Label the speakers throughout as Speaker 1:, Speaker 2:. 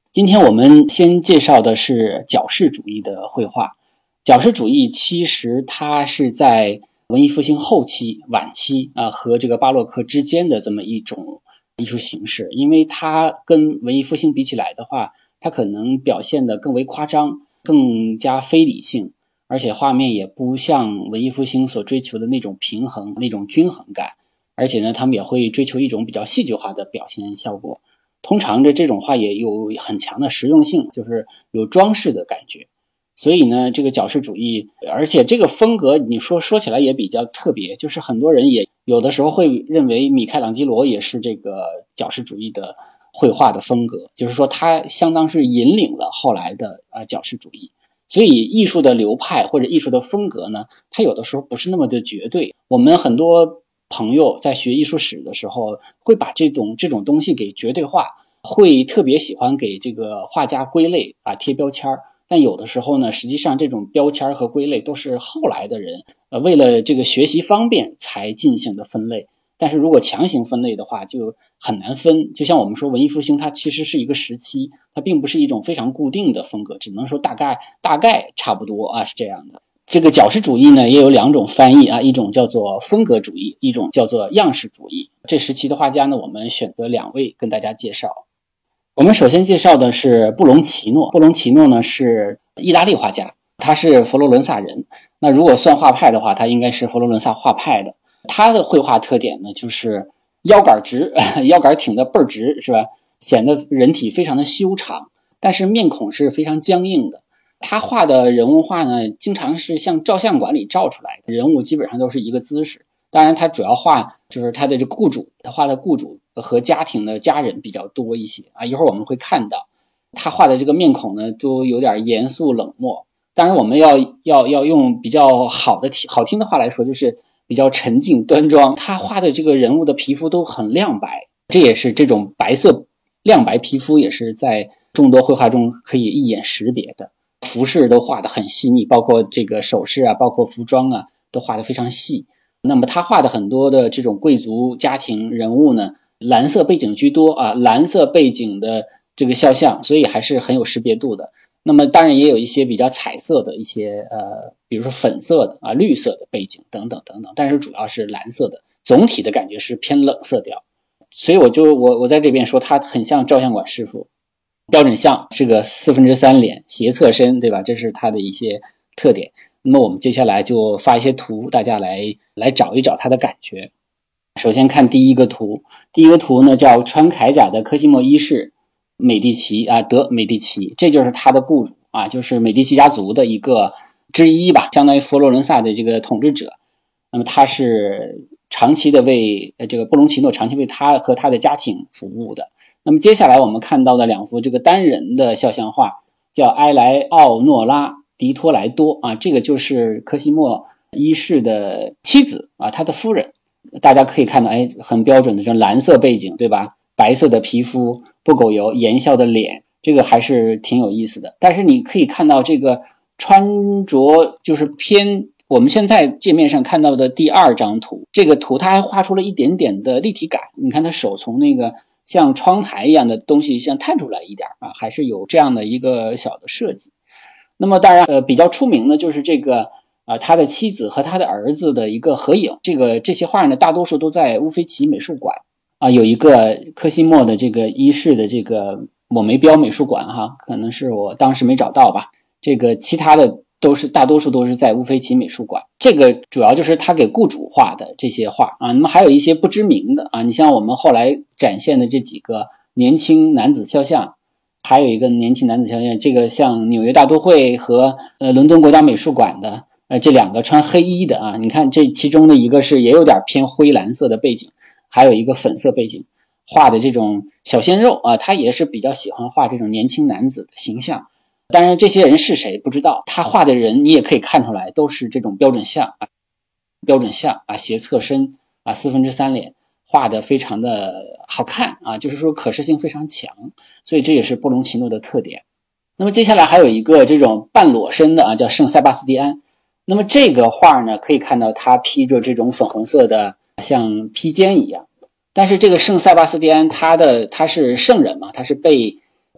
Speaker 1: 今天我们先介绍的是矫饰主义的绘画。矫饰主义其实它是在文艺复兴后期、晚期和这个巴洛克之间的这么一种艺术形式，因为它跟文艺复兴比起来的话，它可能表现得更为夸张，更加非理性，而且画面也不像文艺复兴所追求的那种平衡、那种均衡感，而且呢，他们也会追求一种比较戏剧化的表现效果。通常这种画也有很强的实用性，就是有装饰的感觉。所以呢，这个矫饰主义，而且这个风格你说起来也比较特别，就是很多人也有的时候会认为米开朗基罗也是这个矫饰主义的绘画的风格，就是说他相当是引领了后来的矫饰主义。所以艺术的流派或者艺术的风格呢，它有的时候不是那么的绝对。我们很多朋友在学艺术史的时候会把这种东西给绝对化，会特别喜欢给这个画家归类贴标签，但有的时候呢，实际上这种标签和归类都是后来的人为了这个学习方便才进行的分类，但是如果强行分类的话就很难分。就像我们说文艺复兴它其实是一个时期，它并不是一种非常固定的风格，只能说大概差不多是这样的。这个矫饰主义呢也有两种翻译一种叫做风格主义，一种叫做样式主义。这时期的画家呢，我们选择两位跟大家介绍。我们首先介绍的是布隆奇诺。布隆奇诺呢是意大利画家，他是佛罗伦萨人。那如果算画派的话，他应该是佛罗伦萨画派的。他的绘画特点呢就是腰杆直，腰杆挺得倍儿直，是吧？显得人体非常的修长，但是面孔是非常僵硬的。他画的人物画呢，经常是像照相馆里照出来的，人物基本上都是一个姿势。当然他主要画就是他的这雇主，他画的雇主和家庭的家人比较多一些一会儿我们会看到他画的这个面孔呢都有点严肃冷漠。当然我们要用比较好听的话来说，就是比较沉静端庄。他画的这个人物的皮肤都很亮白，这也是这种白色亮白皮肤也是在众多绘画中可以一眼识别的。服饰都画得很细腻，包括这个首饰包括服装都画得非常细。那么他画的很多的这种贵族家庭人物呢，蓝色背景居多蓝色背景的这个肖像，所以还是很有识别度的。那么当然也有一些比较彩色的一些比如说粉色的绿色的背景等等等等，但是主要是蓝色的，总体的感觉是偏冷色调。所以我在这边说他很像照相馆师傅。标准像是个3/4脸，斜侧身，对吧？这是他的一些特点。那么我们接下来就发一些图，大家来找一找他的感觉。首先看第一个图，呢叫穿铠甲的科西莫一世美第奇德美第奇，这就是他的雇主就是美第奇家族的一个之一吧，相当于佛罗伦萨的这个统治者。那么他是长期的为这个布隆奇诺长期为他和他的家庭服务的。那么接下来我们看到的两幅这个单人的肖像画叫埃莱奥诺拉迪托莱多这个就是科西莫一世的妻子他的夫人。大家可以看到很标准的这种蓝色背景，对吧？白色的皮肤，不苟油，言笑的脸，这个还是挺有意思的。但是你可以看到这个穿着就是偏我们现在界面上看到的第二张图，这个图它还画出了一点点的立体感，你看他手从那个像窗台一样的东西像探出来一点还是有这样的一个小的设计。那么当然比较出名的就是这个他的妻子和他的儿子的一个合影，这些画呢大多数都在乌菲齐美术馆有一个科西莫的这个一世的这个抹梅标美术馆可能是我当时没找到吧。这个其他的大多数都是在乌菲齐美术馆。这个主要就是他给雇主画的这些画那么还有一些不知名的你像我们后来展现的这几个年轻男子肖像，还有一个年轻男子肖像，这个像纽约大都会和伦敦国家美术馆的这两个穿黑衣的你看这其中的一个是也有点偏灰蓝色的背景，还有一个粉色背景，画的这种小鲜肉他也是比较喜欢画这种年轻男子的形象。当然这些人是谁不知道，他画的人你也可以看出来都是这种标准像斜侧身3/4脸，画的非常的好看就是说可视性非常强，所以这也是布隆奇诺的特点。那么接下来还有一个这种半裸身的叫圣塞巴斯蒂安。那么这个画呢，可以看到他披着这种粉红色的像披肩一样，但是这个圣塞巴斯蒂安他是圣人嘛，他是被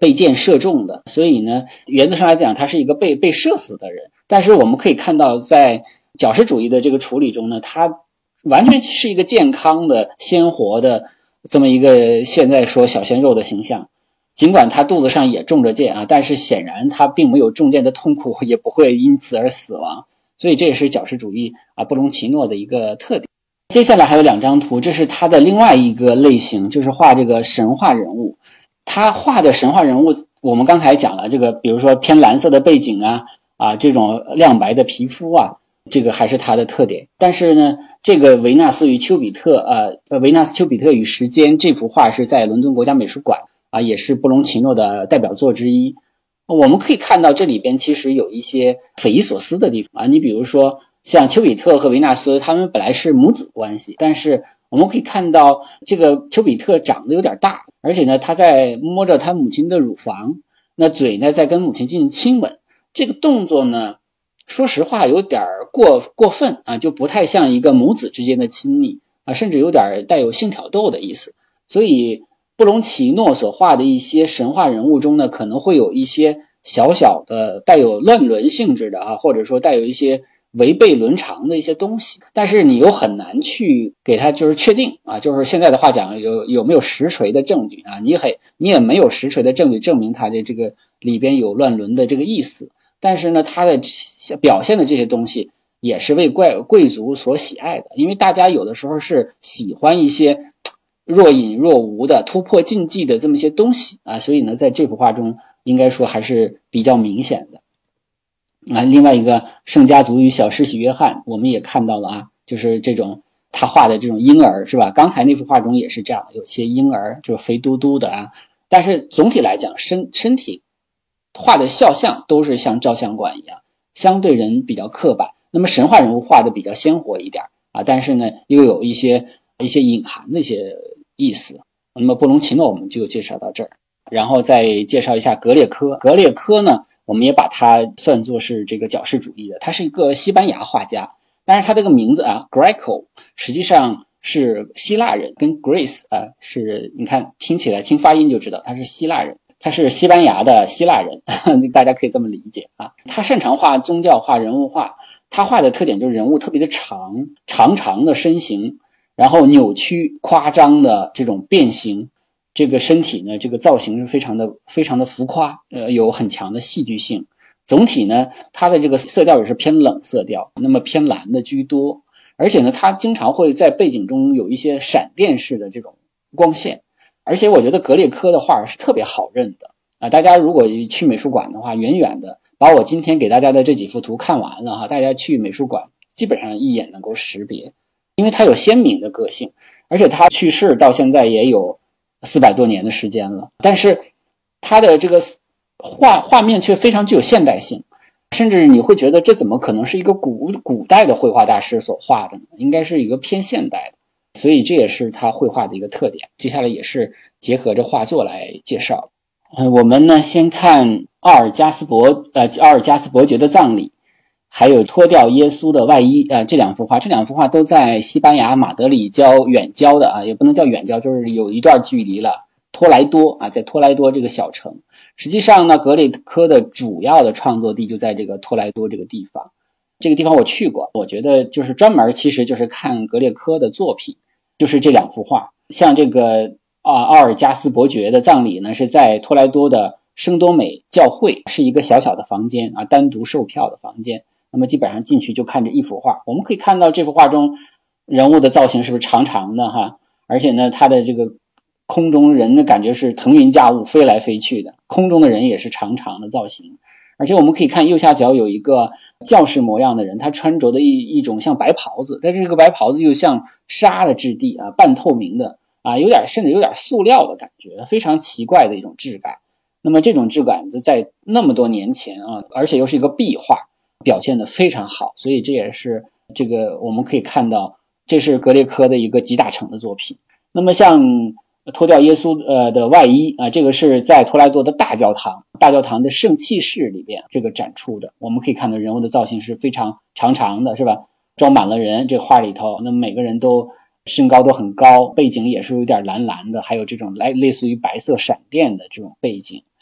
Speaker 1: 被箭射中的，所以呢，原则上来讲，他是一个被射死的人。但是我们可以看到，在矫饰主义的这个处理中呢，他完全是一个健康的、鲜活的这么一个现在说小鲜肉的形象。尽管他肚子上也中着箭啊，但是显然他并没有中箭的痛苦，也不会因此而死亡。所以这也是矫饰主义布隆奇诺的一个特点。接下来还有2张图，这是他的另外一个类型，就是画这个神话人物。他画的神话人物，我们刚才讲了这个，比如说偏蓝色的背景这种亮白的皮肤这个还是他的特点。但是呢，这个维纳斯与丘比特维纳斯丘比特与时间这幅画是在伦敦国家美术馆也是布隆奇诺的代表作之一。我们可以看到这里边其实有一些匪夷所思的地方你比如说像丘比特和维纳斯他们本来是母子关系，但是我们可以看到这个丘比特长得有点大，而且呢他在摸着他母亲的乳房，那嘴呢在跟母亲进行亲吻，这个动作呢说实话有点过分就不太像一个母子之间的亲密甚至有点带有性挑逗的意思。所以布隆奇诺所画的一些神话人物中呢，可能会有一些小小的带有乱伦性质的或者说带有一些违背伦常的一些东西，但是你又很难去给他就是确定就是现在的话讲有没有实锤的证据你也没有实锤的证据证明他的这个里边有乱伦的这个意思。但是呢，他的表现的这些东西也是为贵族所喜爱的，因为大家有的时候是喜欢一些若隐若无的突破禁忌的这么一些东西所以呢，在这幅画中应该说还是比较明显的。另外一个圣家族与小施洗约翰，我们也看到了就是这种他画的这种婴儿是吧？刚才那幅画中也是这样的，有些婴儿就是肥嘟嘟的但是总体来讲身体画的肖像都是像照相馆一样，相对人比较刻板。那么神话人物画的比较鲜活一点但是呢又有一些隐含的一些意思。那么布隆奇诺我们就介绍到这儿，然后再介绍一下格列科。格列科呢，我们也把它算作是这个矫饰主义的，他是一个西班牙画家，但是他这个名字Greco 实际上是希腊人，跟 Grace 是你看听起来听发音就知道他是希腊人，他是西班牙的希腊人大家可以这么理解他擅长画宗教画、人物画，他画的特点就是人物特别的长的身形，然后扭曲夸张的这种变形，这个身体呢这个造型是非常的浮夸有很强的戏剧性。总体呢它的这个色调也是偏冷色调，那么偏蓝的居多，而且呢它经常会在背景中有一些闪电式的这种光线。而且我觉得格列科的画是特别好认的大家如果去美术馆的话，远远的把我今天给大家的这几幅图看完了大家去美术馆基本上一眼能够识别，因为它有鲜明的个性，而且他去世到现在也有400多年的时间了，但是他的这个画面却非常具有现代性，甚至你会觉得这怎么可能是一个古代的绘画大师所画的呢？应该是一个偏现代的。所以这也是他绘画的一个特点。接下来也是结合着画作来介绍。我们呢先看奥尔加斯伯爵的葬礼，还有脱掉耶稣的外衣这两幅画都在西班牙马德里远郊的也不能叫远郊，就是有一段距离了，托莱多在托莱多这个小城。实际上呢，格列科的主要的创作地就在这个托莱多这个地方。这个地方我去过，我觉得就是专门其实就是看格列科的作品，就是这两幅画。像这个奥尔加斯伯爵的葬礼呢，是在托莱多的圣多美教会，是一个小小的房间单独售票的房间。那么基本上进去就看这一幅画，我们可以看到这幅画中人物的造型是不是长长的而且呢他的这个空中人的感觉是腾云驾雾飞来飞去的，空中的人也是长长的造型。而且我们可以看右下角有一个教士模样的人，他穿着的一种像白袍子，但是这个白袍子又像纱的质地半透明的甚至有点塑料的感觉，非常奇怪的一种质感。那么这种质感在那么多年前而且又是一个壁画，表现得非常好，所以这也是这个我们可以看到这是格列科的一个集大成的作品。那么像脱掉耶稣的外衣这个是在托莱多的大教堂的圣器室里边这个展出的。我们可以看到人物的造型是非常长的是吧，装满了人，这画里头那么每个人都身高都很高，背景也是有点蓝蓝的，还有这种类似于白色闪电的这种背景。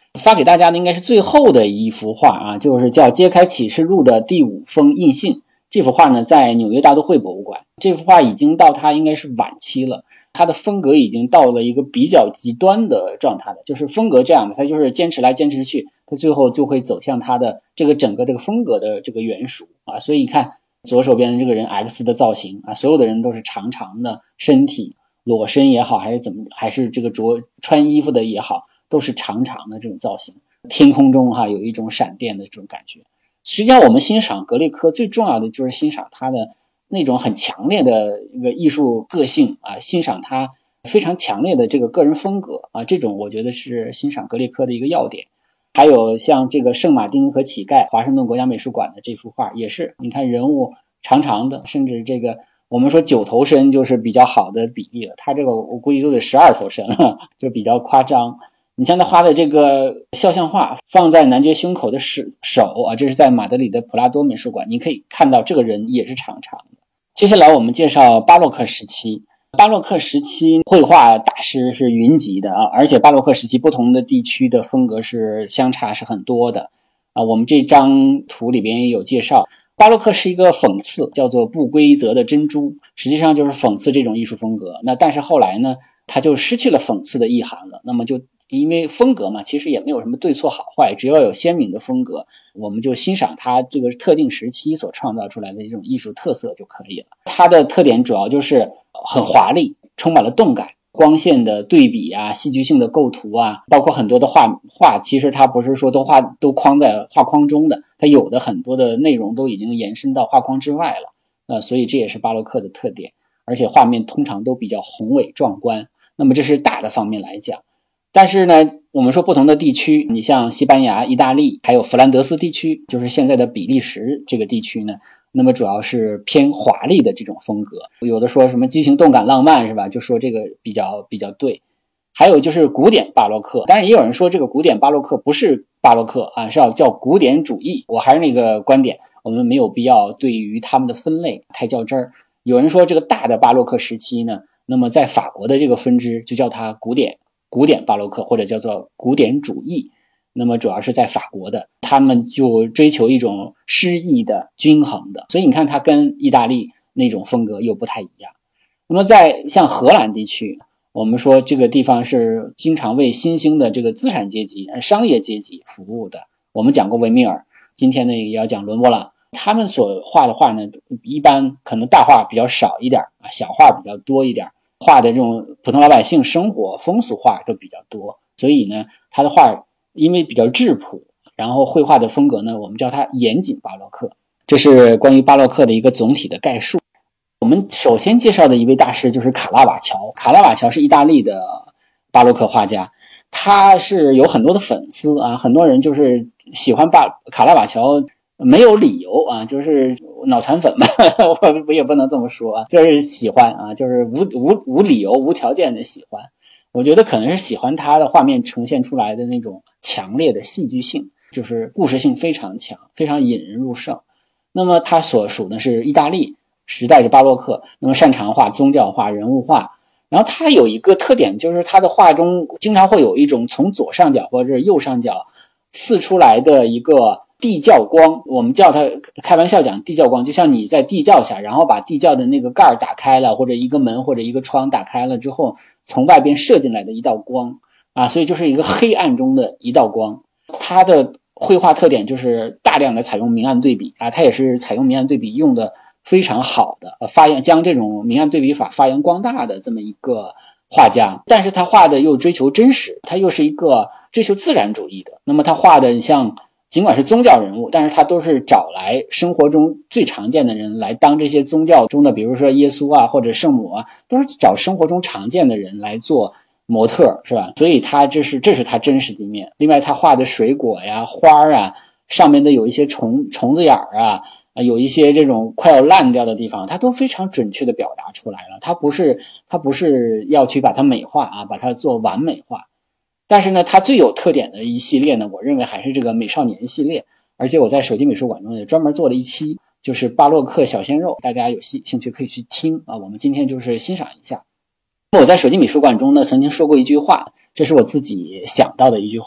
Speaker 1: 发给大家的应该是最后的一幅画啊，就是叫揭开启示录的第5封印信。这幅画呢在纽约大都会博物馆，这幅画已经到它应该是晚期了，它的风格已经到了一个比较极端的状态了，就是风格这样的，它就是坚持来坚持去，它最后就会走向它的这个整个这个风格的这个原属啊。所以你看左手边的这个人 X 的造型啊，所有的人都是长长的身体，裸身也好，还是怎么，还是这个穿衣服的也好，都是长长的这种造型。天空中有一种闪电的这种感觉。实际上我们欣赏格列科最重要的就是欣赏他的那种很强烈的一个艺术个性啊，欣赏他非常强烈的这个个人风格啊，这种我觉得是欣赏格列科的一个要点。还有像这个圣马丁和乞丐，华盛顿国家美术馆的这幅画也是，你看人物长长的，甚至这个我们说9头身就是比较好的比例了，他这个我估计都得12头身了，就比较夸张。你像他画的这个肖像画放在男爵胸口的手啊，这是在马德里的普拉多美术馆，你可以看到这个人也是长长的。接下来我们介绍巴洛克时期。巴洛克时期绘画大师是云集的啊，而且巴洛克时期不同的地区的风格是相差是很多的啊。我们这张图里边也有介绍，巴洛克是一个讽刺，叫做不规则的珍珠，实际上就是讽刺这种艺术风格。那但是后来呢，它就失去了讽刺的意涵了，那么就因为风格嘛，其实也没有什么对错好坏，只要有鲜明的风格，我们就欣赏它这个特定时期所创造出来的一种艺术特色就可以了。它的特点主要就是很华丽，充满了动感，光线的对比啊，戏剧性的构图啊，包括很多的画其实它不是说都框在画框中的，它有的很多的内容都已经延伸到画框之外了，所以这也是巴洛克的特点，而且画面通常都比较宏伟壮观。那么这是大的方面来讲。但是呢，我们说不同的地区，你像西班牙、意大利还有弗兰德斯地区，就是现在的比利时这个地区呢，那么主要是偏华丽的这种风格，有的说什么激情动感浪漫是吧，就说这个比较对。还有就是古典巴洛克，当然也有人说这个古典巴洛克不是巴洛克啊，是要叫古典主义。我还是那个观点，我们没有必要对于他们的分类太较真儿。有人说这个大的巴洛克时期呢，那么在法国的这个分支就叫它古典巴洛克，或者叫做古典主义，那么主要是在法国的，他们就追求一种诗意的均衡的，所以你看它跟意大利那种风格又不太一样。那么在像荷兰地区，我们说这个地方是经常为新兴的这个资产阶级商业阶级服务的，我们讲过维米尔，今天呢也要讲伦勃朗，他们所画的画呢一般可能大画比较少一点啊，小画比较多一点，画的这种普通老百姓生活风俗画都比较多，所以呢他的画因为比较质朴，然后绘画的风格呢我们叫它严谨巴洛克。这是关于巴洛克的一个总体的概述。我们首先介绍的一位大师就是卡拉瓦乔。卡拉瓦乔是意大利的巴洛克画家，他是有很多的粉丝啊，很多人就是喜欢卡拉瓦乔没有理由啊，就是脑残粉嘛，我也不能这么说啊，就是喜欢啊，就是无理由无条件的喜欢。我觉得可能是喜欢他的画面呈现出来的那种强烈的戏剧性，就是故事性非常强，非常引人入胜。那么他所属的是意大利时代的巴洛克，那么擅长画宗教画、人物画。然后他有一个特点，就是他的画中经常会有一种从左上角或者右上角刺出来的一个地窖光，我们叫它开玩笑讲地窖光，就像你在地窖下，然后把地窖的那个盖打开了，或者一个门或者一个窗打开了之后，从外边射进来的一道光啊，所以就是一个黑暗中的一道光。它的绘画特点就是大量的采用明暗对比啊，它也是采用明暗对比用的非常好的，将这种明暗对比法发扬光大的这么一个画家。但是他画的又追求真实，他又是一个追求自然主义的。那么他画的像尽管是宗教人物，但是他都是找来生活中最常见的人来当这些宗教中的，比如说耶稣啊或者圣母啊，都是找生活中常见的人来做模特，是吧？所以这是他真实的一面。另外他画的水果呀花啊，上面的有一些虫子眼啊，有一些这种快要烂掉的地方，他都非常准确的表达出来了。他不是要去把它美化啊，把它做完美化。但是呢，他最有特点的一系列呢，我认为还是这个美少年系列，而且我在手机美术馆中也专门做了一期，就是巴洛克小鲜肉，大家有兴趣可以去听啊。我们今天就是欣赏一下。我在手机美术馆中呢曾经说过一句话，这是我自己想到的一句话，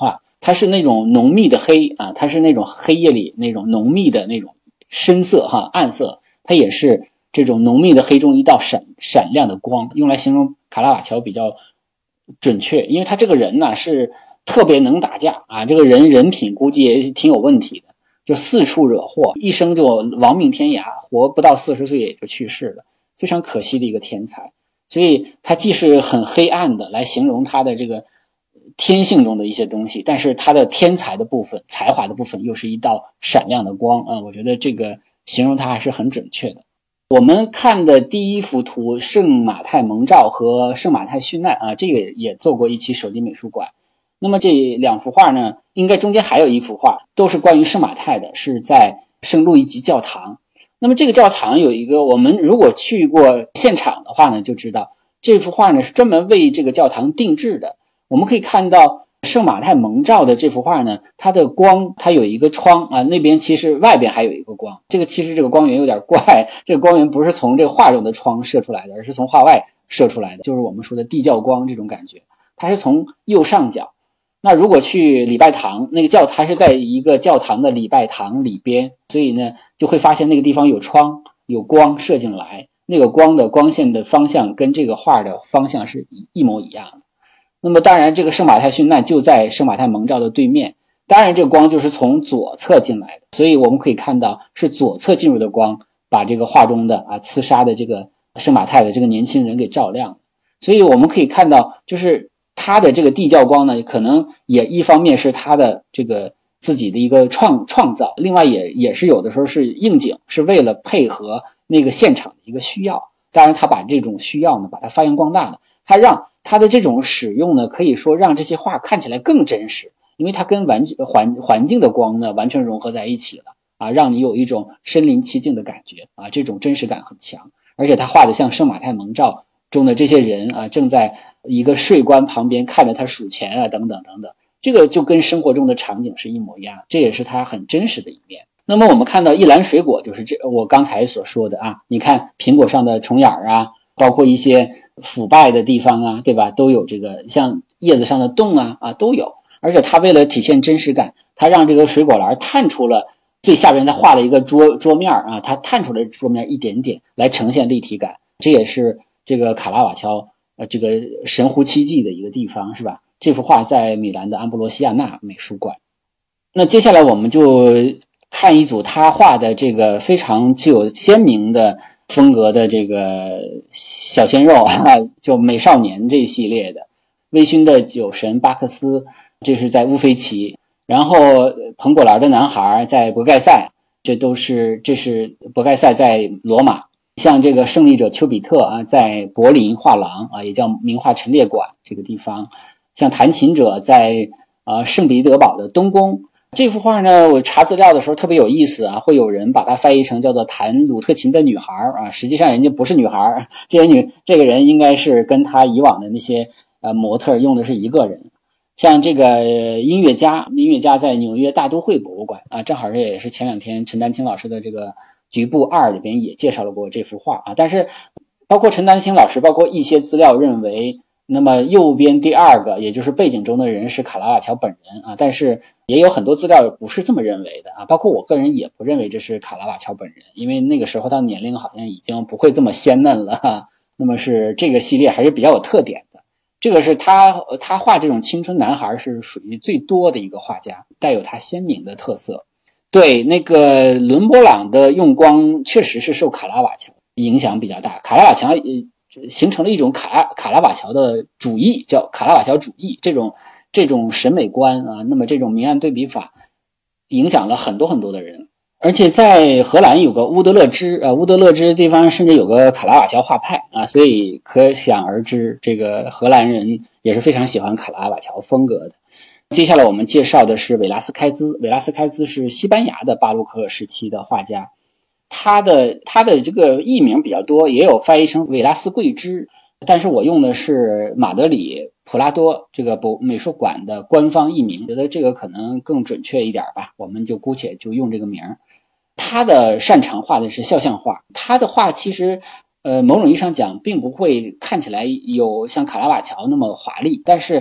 Speaker 1: 它是那种浓密的黑啊，它是那种黑夜里那种浓密的那种深色暗色，它也是这种浓密的黑中一道闪亮的光，用来形容卡拉瓦乔比较准确，因为他这个人呢是特别能打架啊，这个人品估计也挺有问题的，就四处惹祸，一生就亡命天涯，活不到40岁也就去世了，非常可惜的一个天才。所以他既是很黑暗的来形容他的这个天性中的一些东西，但是他的天才的部分才华的部分又是一道闪亮的光啊，我觉得这个形容他还是很准确的。我们看的第一幅图圣马太蒙召和圣马太殉难啊，这个也做过一期手机美术馆。那么这两幅画呢，应该中间还有一幅画，都是关于圣马太的，是在圣路易吉教堂。那么这个教堂有一个，我们如果去过现场的话呢，就知道这幅画呢是专门为这个教堂定制的。我们可以看到圣马太蒙召的这幅画呢，它的光，它有一个窗啊，那边其实外边还有一个光，其实这个光源有点怪，这个光源不是从这个画中的窗射出来的，而是从画外射出来的，就是我们说的地教光这种感觉，它是从右上角。那如果去礼拜堂，那个它是在一个教堂的礼拜堂里边，所以呢就会发现那个地方有窗，有光射进来，那个光的光线的方向跟这个画的方向是一模一样的。那么当然这个圣马太殉难就在圣马太蒙召的对面，当然这个光就是从左侧进来的，所以我们可以看到是左侧进入的光把这个画中的刺杀的这个圣马太的这个年轻人给照亮。所以我们可以看到就是他的这个地教光呢，可能也一方面是他的这个自己的一个创造，另外也是有的时候是应景，是为了配合那个现场的一个需要。当然他把这种需要呢把它发扬光大了，他让他的这种使用呢，可以说让这些画看起来更真实，因为它跟环境的光呢完全融合在一起了啊，让你有一种身临其境的感觉啊，这种真实感很强。而且他画的像圣马太蒙召中的这些人啊，正在一个税关旁边看着他数钱啊，等等等等，这个就跟生活中的场景是一模一样，这也是他很真实的一面。那么我们看到一篮水果，就是我刚才所说的啊，你看苹果上的虫眼啊，包括一些腐败的地方啊，对吧，都有这个像叶子上的洞啊都有。而且他为了体现真实感，他让这个水果篮探出了最下边，他画了一个桌面啊，他探出了桌面一点点来呈现立体感，这也是这个卡拉瓦乔这个神乎其技的一个地方，是吧？这幅画在米兰的安布罗西亚纳美术馆。那接下来我们就看一组他画的这个非常具有鲜明的风格的这个小鲜肉就美少年这一系列的。微醺的酒神巴克斯，这是在乌菲齐，然后彭果兰的男孩在博盖塞，这是博盖塞在罗马。像这个胜利者丘比特啊，在柏林画廊啊，也叫名画陈列馆这个地方。像弹琴者在圣彼得堡的东宫。这幅画呢，我查资料的时候特别有意思啊，会有人把它翻译成叫做弹鲁特琴的女孩啊，实际上人家不是女孩，这个人应该是跟他以往的那些模特用的是一个人。像这个音乐家在纽约大都会博物馆啊，正好这也是前两天陈丹青老师的这个局部2里边也介绍了过这幅画啊。但是包括陈丹青老师，包括一些资料认为，那么右边第2个也就是背景中的人是卡拉瓦乔本人啊，但是也有很多资料不是这么认为的啊，包括我个人也不认为这是卡拉瓦乔本人，因为那个时候他年龄好像已经不会这么鲜嫩了那么是这个系列还是比较有特点的。这个是他画这种青春男孩是属于最多的一个画家，带有他鲜明的特色。对，那个伦勃朗的用光确实是受卡拉瓦乔影响比较大，卡拉瓦乔形成了一种卡拉瓦乔的主义，叫卡拉瓦乔主义，这种审美观啊，那么这种明暗对比法影响了很多很多的人。而且在荷兰有个乌德勒支地方甚至有个卡拉瓦乔画派啊，所以可想而知这个荷兰人也是非常喜欢卡拉瓦乔风格的。接下来我们介绍的是韦拉斯开兹是西班牙的巴洛克时期的画家，他的这个译名比较多，也有翻译成韦拉斯贵之，但是我用的是马德里普拉多这个美术馆的官方译名，觉得这个可能更准确一点吧，我们就姑且就用这个名。他的擅长画的是肖像画，他的画其实某种意义上讲并不会看起来有像卡拉瓦乔那么华丽，但是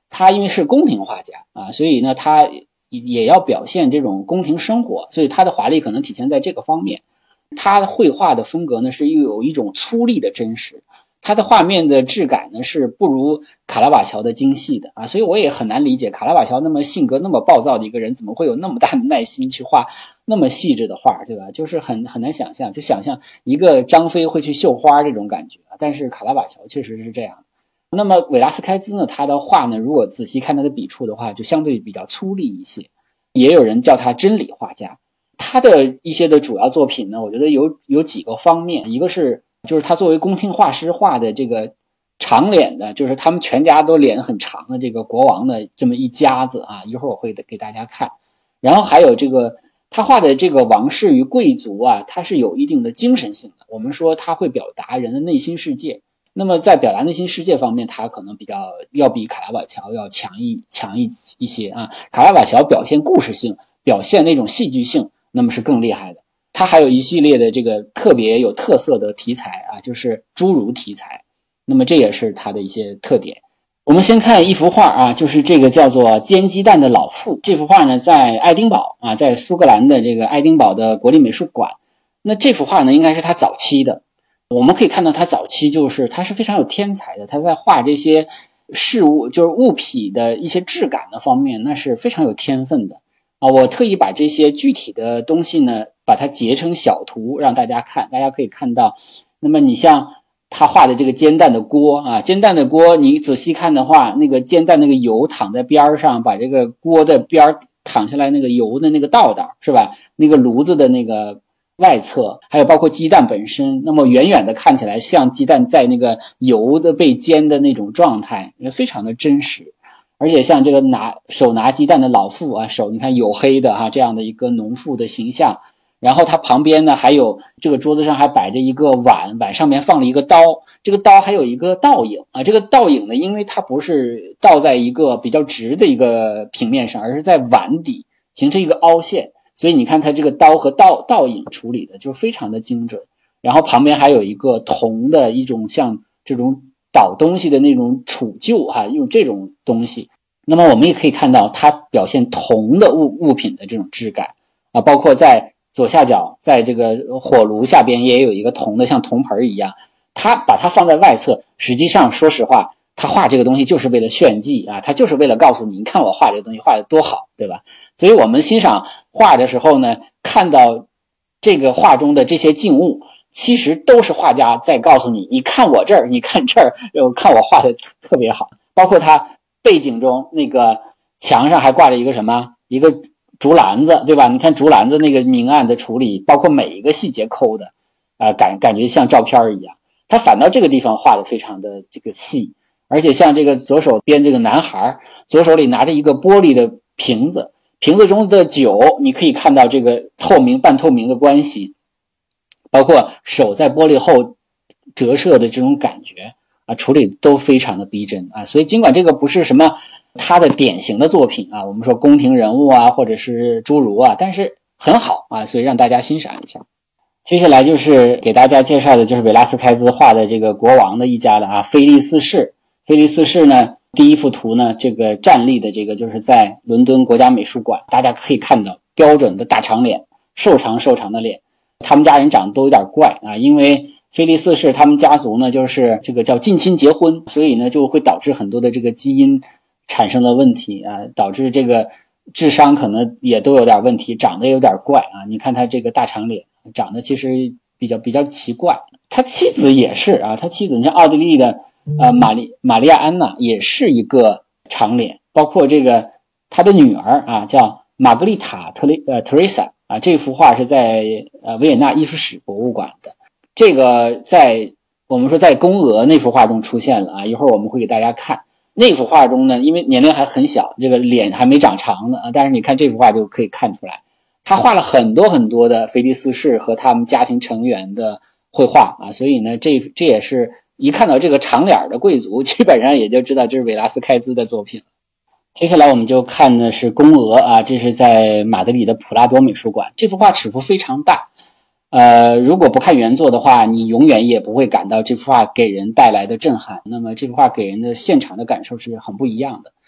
Speaker 1: 他因为是宫廷画家啊，所以呢他也要表现这种宫廷生活，所以他的华丽可能体现在这个方面。他绘画的风格呢是又有一种粗粝的真实，他的画面的质感呢是不如卡拉瓦乔的精细的啊，所以我也很难理解卡拉瓦乔那么性格那么暴躁的一个人，怎么会有那么大的耐心去画那么细致的画，对吧？就是很难想象，就想象一个张飞会去绣花这种感觉，但是卡拉瓦乔确实是这样。那么韦拉斯开兹呢，他的画呢，如果仔细看他的笔触的话，就相对比较粗粝一些，也有人叫他真理画家。他的一些的主要作品呢，我觉得有几个方面，一个是就是他作为宫廷画师画的这个长脸的，就是他们全家都脸很长的这个国王的这么一家子啊，一会儿我会给大家看。然后还有这个他画的这个王室与贵族啊，他是有一定的精神性的，我们说他会表达人的内心世界。那么在表达内心世界方面，他可能要比卡拉瓦乔要强一些啊。卡拉瓦乔表现故事性，表现那种戏剧性，那么是更厉害的。他还有一系列的这个特别有特色的题材啊，就是侏儒题材。那么这也是他的一些特点。我们先看一幅画啊，就是这个叫做煎鸡蛋的老妇。这幅画呢，在爱丁堡啊，在苏格兰的这个爱丁堡的国立美术馆。那这幅画呢，应该是他早期的。我们可以看到他早期就是他是非常有天才的，他在画这些事物就是物品的一些质感的方面，那是非常有天分的啊。我特意把这些具体的东西呢，把它截成小图让大家看，大家可以看到。那么你像他画的这个煎蛋的锅啊，煎蛋的锅你仔细看的话，那个煎蛋那个油淌在边上，把这个锅的边淌下来那个油的那个道道是吧，那个炉子的那个外侧，还有包括鸡蛋本身，那么远远的看起来像鸡蛋在那个油的被煎的那种状态，非常的真实。而且像这个手拿鸡蛋的老妇啊，手你看黝黑的这样的一个农妇的形象。然后它旁边呢还有这个桌子上还摆着一个碗，碗上面放了一个刀，这个刀还有一个倒影啊，这个倒影呢，因为它不是倒在一个比较直的一个平面上，而是在碗底形成一个凹陷，所以你看它这个刀和倒影处理的就非常的精准。然后旁边还有一个铜的一种像这种倒东西的那种杵臼用这种东西。那么我们也可以看到它表现铜的物品的这种质感啊，包括在左下角在这个火炉下边也有一个铜的像铜盆一样，他把它放在外侧，实际上说实话他画这个东西就是为了炫技啊，他就是为了告诉你看我画这个东西画得多好，对吧？所以我们欣赏画的时候呢，看到这个画中的这些静物其实都是画家在告诉你，你看我这儿，你看这儿，看我画的特别好。包括他背景中那个墙上还挂着一个什么，一个竹篮子，对吧？你看竹篮子那个明暗的处理，包括每一个细节抠的感觉像照片一样。他反倒这个地方画的非常的这个细，而且像这个左手边这个男孩，左手里拿着一个玻璃的瓶子，瓶子中的酒你可以看到这个透明半透明的关系，包括手在玻璃后折射的这种感觉处理都非常的逼真所以尽管这个不是什么他的典型的作品我们说宫廷人物或者是侏儒但是很好所以让大家欣赏一下。接下来就是给大家介绍的就是韦拉斯开兹画的这个国王的一家了菲利四世。菲利四世呢，第一幅图呢，这个站立的这个就是在伦敦国家美术馆，大家可以看到标准的大长脸，瘦长的脸。他们家人长得都有点怪因为菲利四世他们家族呢就是这个叫近亲结婚，所以呢就会导致很多的这个基因产生了问题导致这个智商可能也都有点问题，长得有点怪你看他这个大长脸长得其实比较奇怪。他妻子也是他妻子你像奥地利的玛利亚安娜也是一个长脸，包括这个他的女儿叫玛格丽塔特蕾莎这幅画是在维也纳艺术史博物馆的。这个在我们说在宫娥那幅画中出现了一会儿我们会给大家看。那幅画中呢，因为年龄还很小，这个脸还没长长呢但是你看这幅画就可以看出来，他画了很多很多的菲利四世和他们家庭成员的绘画所以呢这也是一看到这个长脸的贵族基本上也就知道这是韦拉斯开兹的作品。接下来我们就看的是宫娥这是在马德里的普拉多美术馆。这幅画尺幅非常大如果不看原作的话，你永远也不会感到这幅画给人带来的震撼，那么这幅画给人的现场的感受是很不一样的。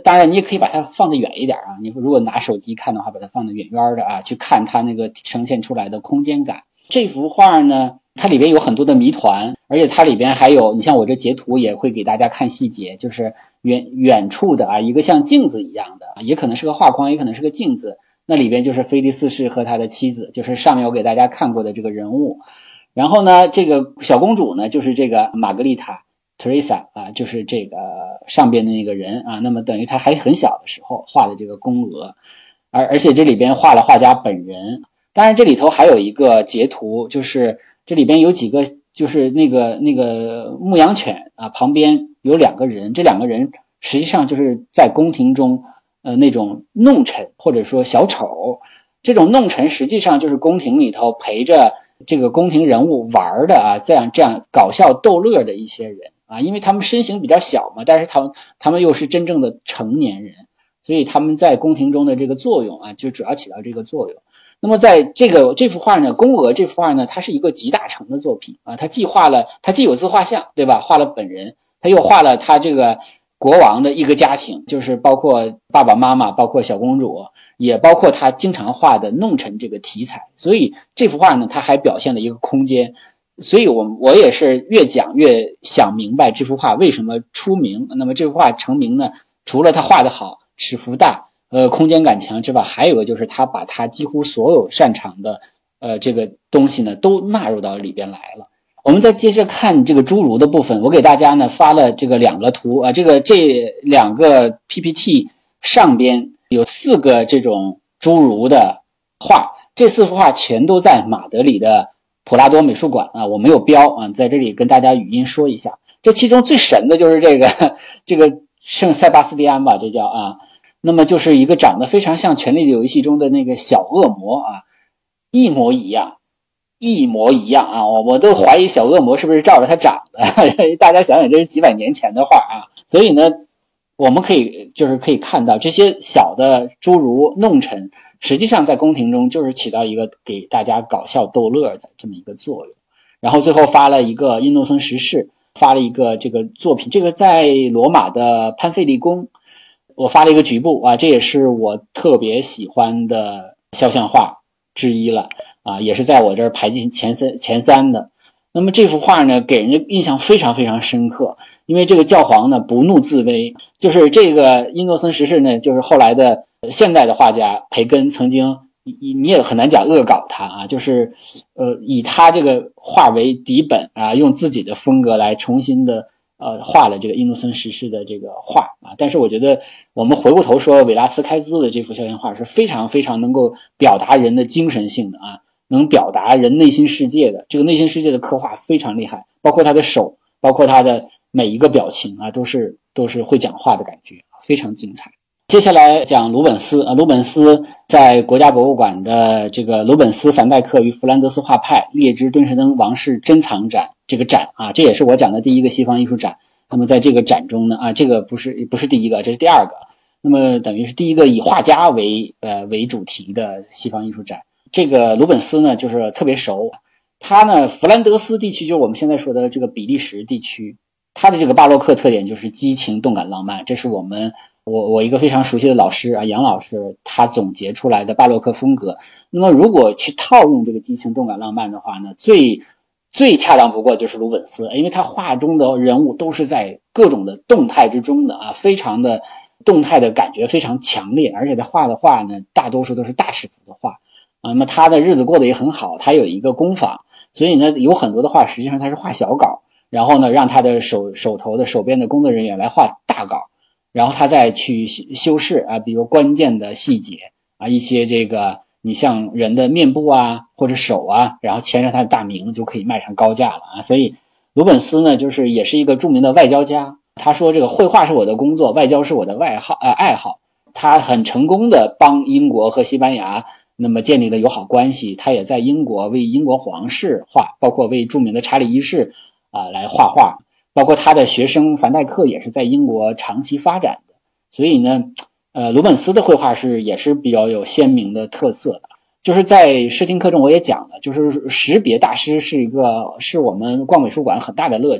Speaker 1: 当然你也可以把它放得远一点啊，你如果拿手机看的话，把它放得远远的啊，去看它那个呈现出来的空间感。这幅画呢，它里边有很多的谜团，而且它里边还有，你像我这截图也会给大家看细节，就是远处的啊，一个像镜子一样的，也可能是个画框，也可能是个镜子，那里边就是菲利四世和他的妻子，就是上面我给大家看过的这个人物。然后呢，这个小公主呢，就是这个玛格丽塔 Teresa 啊，就是这个上边的那个人啊，那么等于她还很小的时候画的这个宫娥，而且这里边画了画家本人。当然这里头还有一个截图，就是这里边有几个就是那个牧羊犬啊，旁边有2个人，这2个人实际上就是在宫廷中那种弄臣或者说小丑。这种弄臣实际上就是宫廷里头陪着这个宫廷人物玩的啊，这样搞笑逗乐的一些人啊，因为他们身形比较小嘛，但是他们又是真正的成年人，所以他们在宫廷中的这个作用啊，就主要起到这个作用。那么在这幅画呢，宫娥这幅画呢，它是一个集大成的作品啊，它既有自画像，对吧？画了本人，它又画了他这个国王的一个家庭，就是包括爸爸妈妈，包括小公主，也包括他经常画的弄臣这个题材。所以这幅画呢，它还表现了一个空间。所以我也是越讲越想明白这幅画为什么出名。那么这幅画成名呢，除了他画得好，尺幅大，空间感强之外，还有一个就是他把他几乎所有擅长的这个东西呢都纳入到里边来了。我们再接着看这个侏儒的部分，我给大家呢发了这个2个图啊，这2个 PPT 上边有4个这种侏儒的画，这4幅画全都在马德里的普拉多美术馆啊，我没有标啊，在这里跟大家语音说一下。这其中最神的就是这个圣塞巴斯蒂安吧，这叫啊。那么就是一个长得非常像《权力的游戏》中的那个小恶魔啊，一模一样啊！我都怀疑小恶魔是不是照着他长的。大家想想，这是几百年前的画啊，所以呢，我们可以看到这些小的侏儒弄臣，实际上在宫廷中就是起到一个给大家搞笑逗乐的这么一个作用。然后最后发了一个印诺森十世，发了一个这个作品，这个在罗马的潘费利宫。我发了一个局部啊，这也是我特别喜欢的肖像画之一了啊，也是在我这儿排进前三的。那么这幅画呢，给人的印象非常非常深刻，因为这个教皇呢不怒自威，就是这个因诺森十世呢，就是后来的现代的画家培根曾经，你也很难讲恶搞他啊，就是以他这个画为底本啊，用自己的风格来重新的画了这个因诺森十世的这个画啊。但是我觉得我们回过头说，韦拉斯开兹的这幅肖像画是非常非常能够表达人的精神性的啊，能表达人内心世界的，这个内心世界的刻画非常厉害，包括他的手，包括他的每一个表情啊，都是会讲话的感觉，非常精彩。接下来讲鲁本斯鲁本斯在国家博物馆的这个鲁本斯凡戴克与弗兰德斯画派列支敦士登王室珍藏展这个展啊，这也是我讲的第一个西方艺术展。那么在这个展中呢这个不是第一个，这是第2个。那么等于是第一个以画家为主题的西方艺术展。这个鲁本斯呢就是特别熟，他呢弗兰德斯地区就是我们现在说的这个比利时地区，他的这个巴洛克特点就是激情动感浪漫，这是我一个非常熟悉的老师啊，杨老师他总结出来的巴洛克风格。那么如果去套用这个激情动感浪漫的话呢，最恰当不过就是鲁本斯，因为他画中的人物都是在各种的动态之中的啊，非常的动态的感觉非常强烈，而且他画的画呢大多数都是大尺幅的画啊。那么他的日子过得也很好，他有一个工坊，所以呢有很多的画实际上他是画小稿，然后呢让他的手头的手边的工作人员来画大稿，然后他再去修饰啊，比如关键的细节啊，一些这个你像人的面部啊或者手啊，然后签上他的大名就可以卖上高价了啊。所以鲁本斯呢就是也是一个著名的外交家，他说这个绘画是我的工作，外交是我的爱好。他很成功的帮英国和西班牙那么建立了友好关系，他也在英国为英国皇室画，包括为著名的查理一世来画画，包括他的学生凡戴克也是在英国长期发展的。所以呢鲁本斯的绘画也是比较有鲜明的特色的。就是在视听课中我也讲了，就是识别大师是我们逛美术馆很大的乐趣，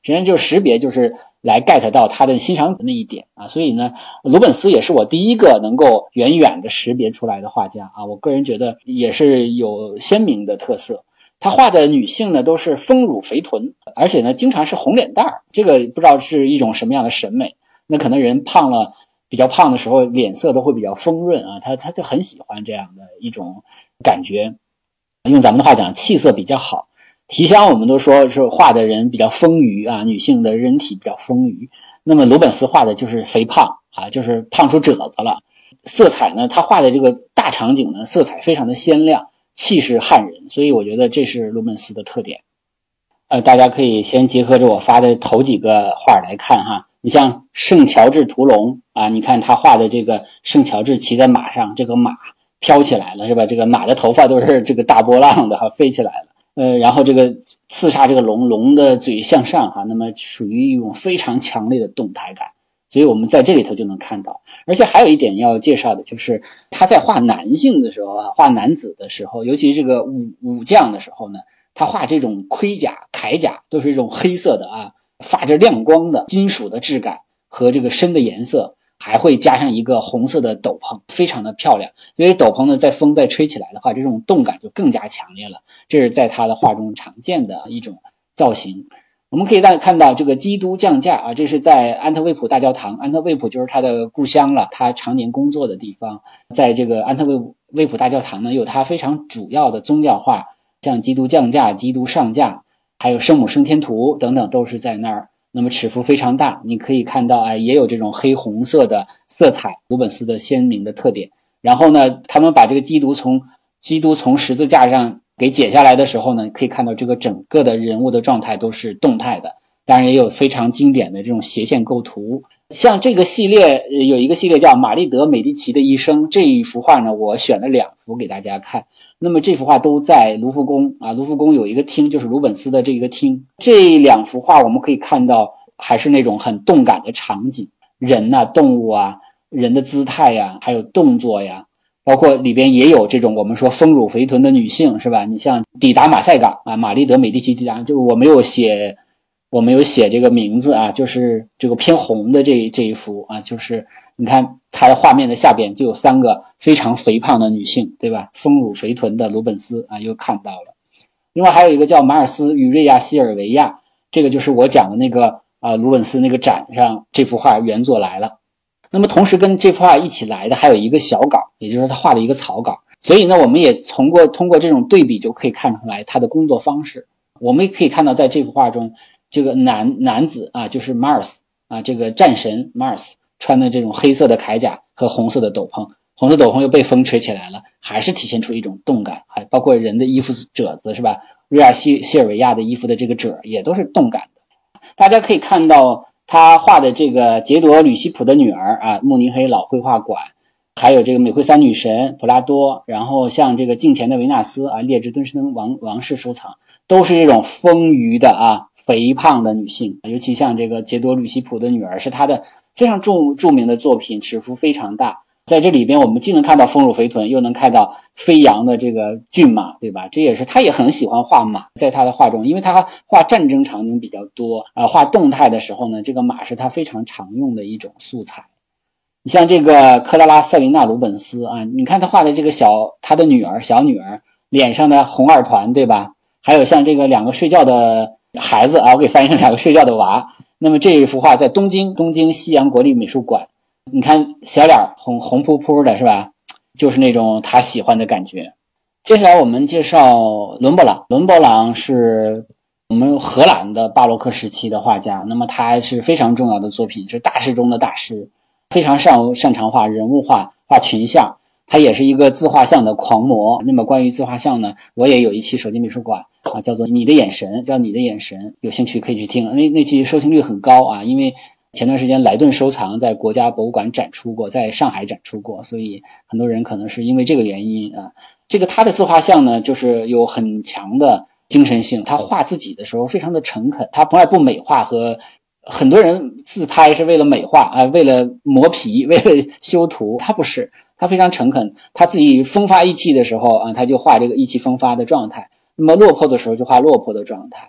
Speaker 1: 实际上就识别就是来 get 到他的欣赏那一点啊。所以呢，鲁本斯也是我第一个能够远远的识别出来的画家啊，我个人觉得也是有鲜明的特色。他画的女性呢都是丰乳肥臀，而且呢经常是红脸蛋儿，这个不知道是一种什么样的审美。那可能人胖了，比较胖的时候脸色都会比较丰润啊，他就很喜欢这样的一种感觉。用咱们的话讲，气色比较好。提香我们都说是画的人比较丰腴啊，女性的人体比较丰腴。那么鲁本斯画的就是肥胖啊，就是胖出褶子了。色彩呢，他画的这个大场景呢，色彩非常的鲜亮，气势撼人，所以我觉得这是鲁本斯的特点。大家可以先结合着我发的头几个画来看哈。你像圣乔治屠龙啊，你看他画的这个圣乔治骑在马上，这个马飘起来了是吧？这个马的头发都是这个大波浪的哈，飞起来了。然后这个刺杀这个龙的嘴向上哈，那么属于一种非常强烈的动态感，所以我们在这里头就能看到。而且还有一点要介绍的就是他在画男性的时候啊，画男子的时候，尤其这个武将的时候呢，他画这种盔甲铠甲都是一种黑色的啊，发着亮光的金属的质感和这个深的颜色，还会加上一个红色的斗篷，非常的漂亮。因为斗篷呢在风再吹起来的话，这种动感就更加强烈了，这是在他的画中常见的一种造型。我们可以看到这个基督降驾啊，这是在安特卫普大教堂，安特卫普就是他的故乡了，他常年工作的地方。在这个安特卫普大教堂呢，有他非常主要的宗教画，像基督降驾、基督上驾，还有圣母升天图等等，都是在那儿。那么尺幅非常大，你可以看到也有这种黑红色的色彩，鲁本斯的鲜明的特点。然后呢，他们把这个基督从十字架上给解下来的时候呢，可以看到这个整个的人物的状态都是动态的，当然也有非常经典的这种斜线构图。像这个系列有一个系列叫玛丽德美第奇的一生，这一幅画呢我选了2幅给大家看。那么这幅画都在卢浮宫啊，卢浮宫有一个厅，就是鲁本斯的这个厅。这2幅画我们可以看到还是那种很动感的场景，人啊、动物啊、人的姿态呀，还有动作呀，包括里边也有这种我们说丰乳肥臀的女性是吧？你像抵达马赛港啊，玛丽德美第奇抵达，就我没有写这个名字啊，就是这个偏红的这一幅啊，就是你看它的画面的下边就有3个非常肥胖的女性，对吧？丰乳肥臀的鲁本斯啊，又看到了。另外还有一个叫马尔斯与瑞亚西尔维亚，这个就是我讲的那个鲁本斯那个展上这幅画原作来了。那么同时跟这幅画一起来的还有一个小稿，也就是他画的一个草稿。所以呢，我们也通过这种对比就可以看出来他的工作方式。我们也可以看到在这幅画中，这个男子啊，就是 Mars 啊，这个战神 Mars 穿的这种黑色的铠甲和红色的斗篷，红色斗篷又被风吹起来了，还是体现出一种动感，还包括人的衣服褶子是吧？瑞亚西尔维亚的衣服的这个褶也都是动感的。大家可以看到他画的这个杰朵吕西普的女儿啊，慕尼黑老绘画馆，还有这个美惠三女神普拉多，然后像这个镜前的维纳斯啊，列支敦士登王室收藏，都是这种丰腴的肥胖的女性。尤其像这个杰朵吕西普的女儿是她的非常著名的作品，尺幅非常大。在这里边我们既能看到丰乳肥臀，又能看到飞扬的这个骏马，对吧？这也是他也很喜欢画马，在他的画中，因为他画战争场景比较多画动态的时候呢，这个马是他非常常用的一种素材。你像这个克拉拉瑟琳娜鲁本斯啊，你看他画的这个他的小女儿脸上的红二团，对吧？还有像这个2个睡觉的孩子我给翻译成2个睡觉的娃。那么这一幅画在东京西洋国立美术馆，你看小脸红扑扑的是吧？就是那种他喜欢的感觉。接下来我们介绍伦勃朗。伦勃朗是我们荷兰的巴洛克时期的画家，那么他是非常重要的作品，是大师中的大师，非常擅长画人物画群像，他也是一个自画像的狂魔。那么关于自画像呢，我也有一期手机美术馆叫做你的眼神，有兴趣可以去听，那期收听率很高因为前段时间莱顿收藏在国家博物馆展出过，在上海展出过，所以很多人可能是因为这个原因这个他的自画像呢，就是有很强的精神性，他画自己的时候非常的诚恳，他从来不美化，和很多人自拍是为了美化为了磨皮，为了修图，他不是，他非常诚恳，他自己风发意气的时候他就画这个意气风发的状态，那么落魄的时候就画落魄的状态。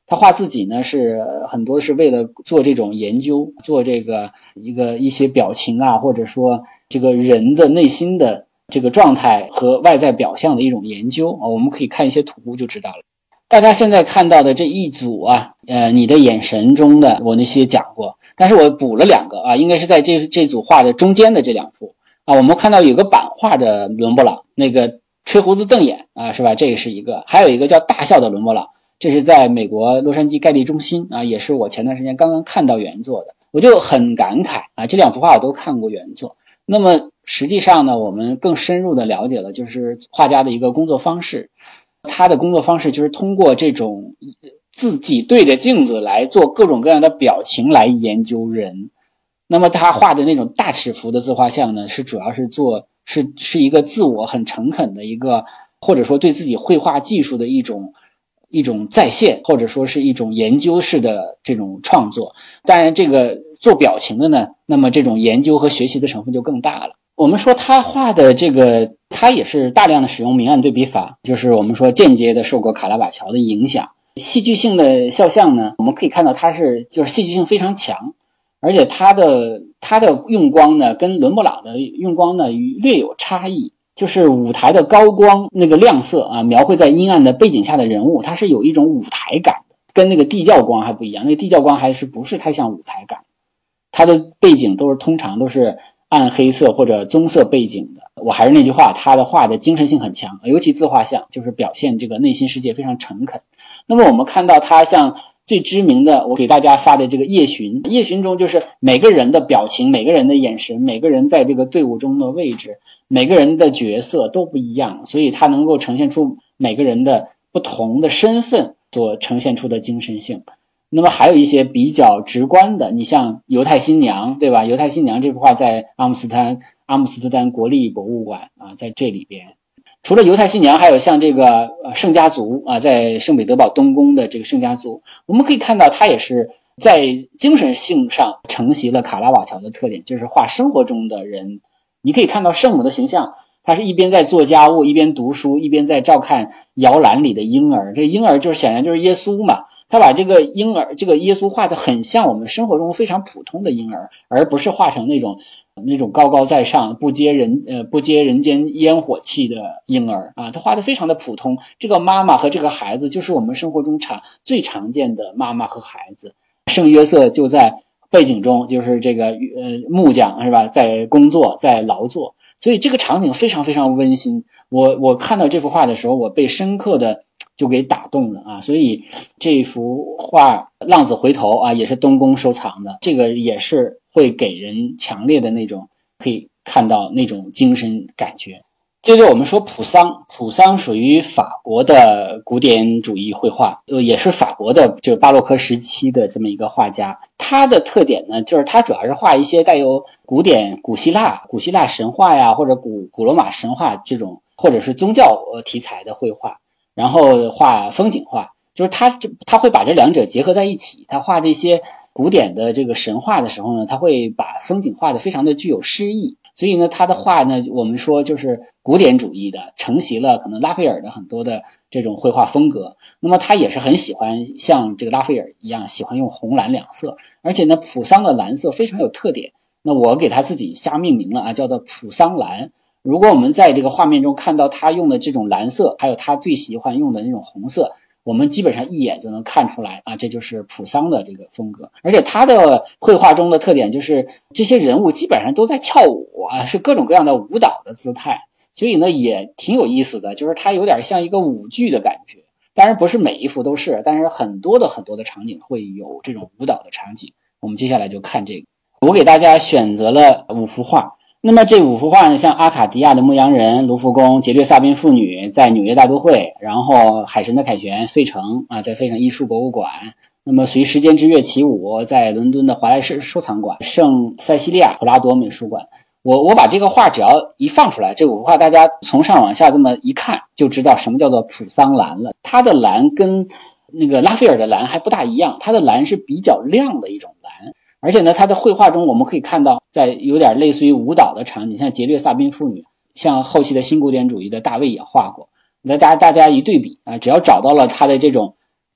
Speaker 1: 他画自己呢是很多是为了做这种研究，做这个一些表情啊，或者说这个人的内心的这个状态和外在表象的一种研究啊，我们可以看一些图就知道了。大家现在看到的这一组啊，你的眼神中的我那些讲过，但是我补了2个啊，应该是在这组画的中间的这2幅啊，我们看到有个版画的伦勃朗，那个吹胡子瞪眼啊，是吧？这个是一个，还有一个叫大笑的伦勃朗，这是在美国洛杉矶盖蒂中心啊，也是我前段时间刚刚看到原作的，我就很感慨啊，这2幅画我都看过原作。那么实际上呢，我们更深入的了解了就是画家的一个工作方式，他的工作方式就是通过这种自己对着镜子来做各种各样的表情来研究人。那么他画的那种大尺幅的自画像呢，是主要是是一个自我很诚恳的一个，或者说对自己绘画技术的一种再现，或者说是一种研究式的这种创作。当然这个做表情的呢，那么这种研究和学习的成分就更大了。我们说他画的这个，他也是大量的使用明暗对比法，就是我们说间接的受过卡拉瓦乔的影响。戏剧性的肖像呢，我们可以看到它就是戏剧性非常强，而且它的用光呢跟伦勃朗的用光呢略有差异，就是舞台的高光那个亮色啊，描绘在阴暗的背景下的人物，它是有一种舞台感的，跟那个地窖光还不一样，那个地窖光还是不是太像舞台感，它的背景通常都是暗黑色或者棕色背景的。我还是那句话，他的画的精神性很强，尤其自画像就是表现这个内心世界非常诚恳。那么我们看到他像最知名的，我给大家发的这个夜巡，夜巡中就是每个人的表情，每个人的眼神，每个人在这个队伍中的位置，每个人的角色都不一样，所以他能够呈现出每个人的不同的身份所呈现出的精神性。那么还有一些比较直观的，你像犹太新娘，对吧？犹太新娘这幅画在阿姆斯特丹国立博物馆啊，在这里边。除了犹太新娘，还有像这个圣家族啊，在圣彼得堡东宫的这个圣家族，我们可以看到它也是在精神性上承袭了卡拉瓦乔的特点，就是画生活中的人。你可以看到圣母的形象，他是一边在做家务，一边读书，一边在照看摇篮里的婴儿。这婴儿就是显然就是耶稣嘛，他把这个婴儿这个耶稣画得很像我们生活中非常普通的婴儿，而不是画成那种高高在上不接人间烟火气的婴儿啊，他画得非常的普通。这个妈妈和这个孩子就是我们生活中最常见的妈妈和孩子。圣约瑟就在背景中，就是这个木匠是吧，在工作在劳作，所以这个场景非常非常温馨。我看到这幅画的时候，我被深刻的就给打动了啊！所以这幅画《浪子回头》啊，也是东宫收藏的，这个也是会给人强烈的那种可以看到那种精神感觉。接着我们说普桑属于法国的古典主义绘画，也是法国的就是巴洛克时期的这么一个画家。他的特点呢，就是他主要是画一些带有古希腊神话呀，或者古罗马神话这种，或者是宗教题材的绘画，然后画风景画，就是他会把这两者结合在一起。他画这些古典的这个神话的时候呢，他会把风景画的非常的具有诗意。所以呢，他的画呢，我们说就是古典主义的，承袭了可能拉斐尔的很多的这种绘画风格。那么他也是很喜欢像这个拉斐尔一样，喜欢用红蓝两色，而且呢，普桑的蓝色非常有特点。那我给他自己瞎命名了啊，叫做普桑蓝。如果我们在这个画面中看到他用的这种蓝色，还有他最喜欢用的那种红色，我们基本上一眼就能看出来啊，这就是普桑的这个风格。而且他的绘画中的特点就是这些人物基本上都在跳舞啊，是各种各样的舞蹈的姿态，所以呢也挺有意思的，就是它有点像一个舞剧的感觉。当然不是每一幅都是，但是很多的场景会有这种舞蹈的场景。我们接下来就看这个，我给大家选择了5幅画。那么这5幅画呢，像阿卡迪亚的牧羊人、卢浮宫、杰略萨宾妇女在纽约大都会，然后海神的凯旋费城啊，在费城艺术博物馆。那么随时间之月起舞在伦敦的华莱士收藏馆，圣塞西利亚普拉多美术馆。我把这个画只要一放出来，这5幅画大家从上往下这么一看就知道什么叫做普桑蓝了。它的蓝跟那个拉斐尔的蓝还不大一样，它的蓝是比较亮的一种蓝。而且呢，他的绘画中我们可以看到，在有点类似于舞蹈的场景，像杰略萨宾妇女，像后期的新古典主义的大卫也画过。那大家一对比啊，只要找到了他的这种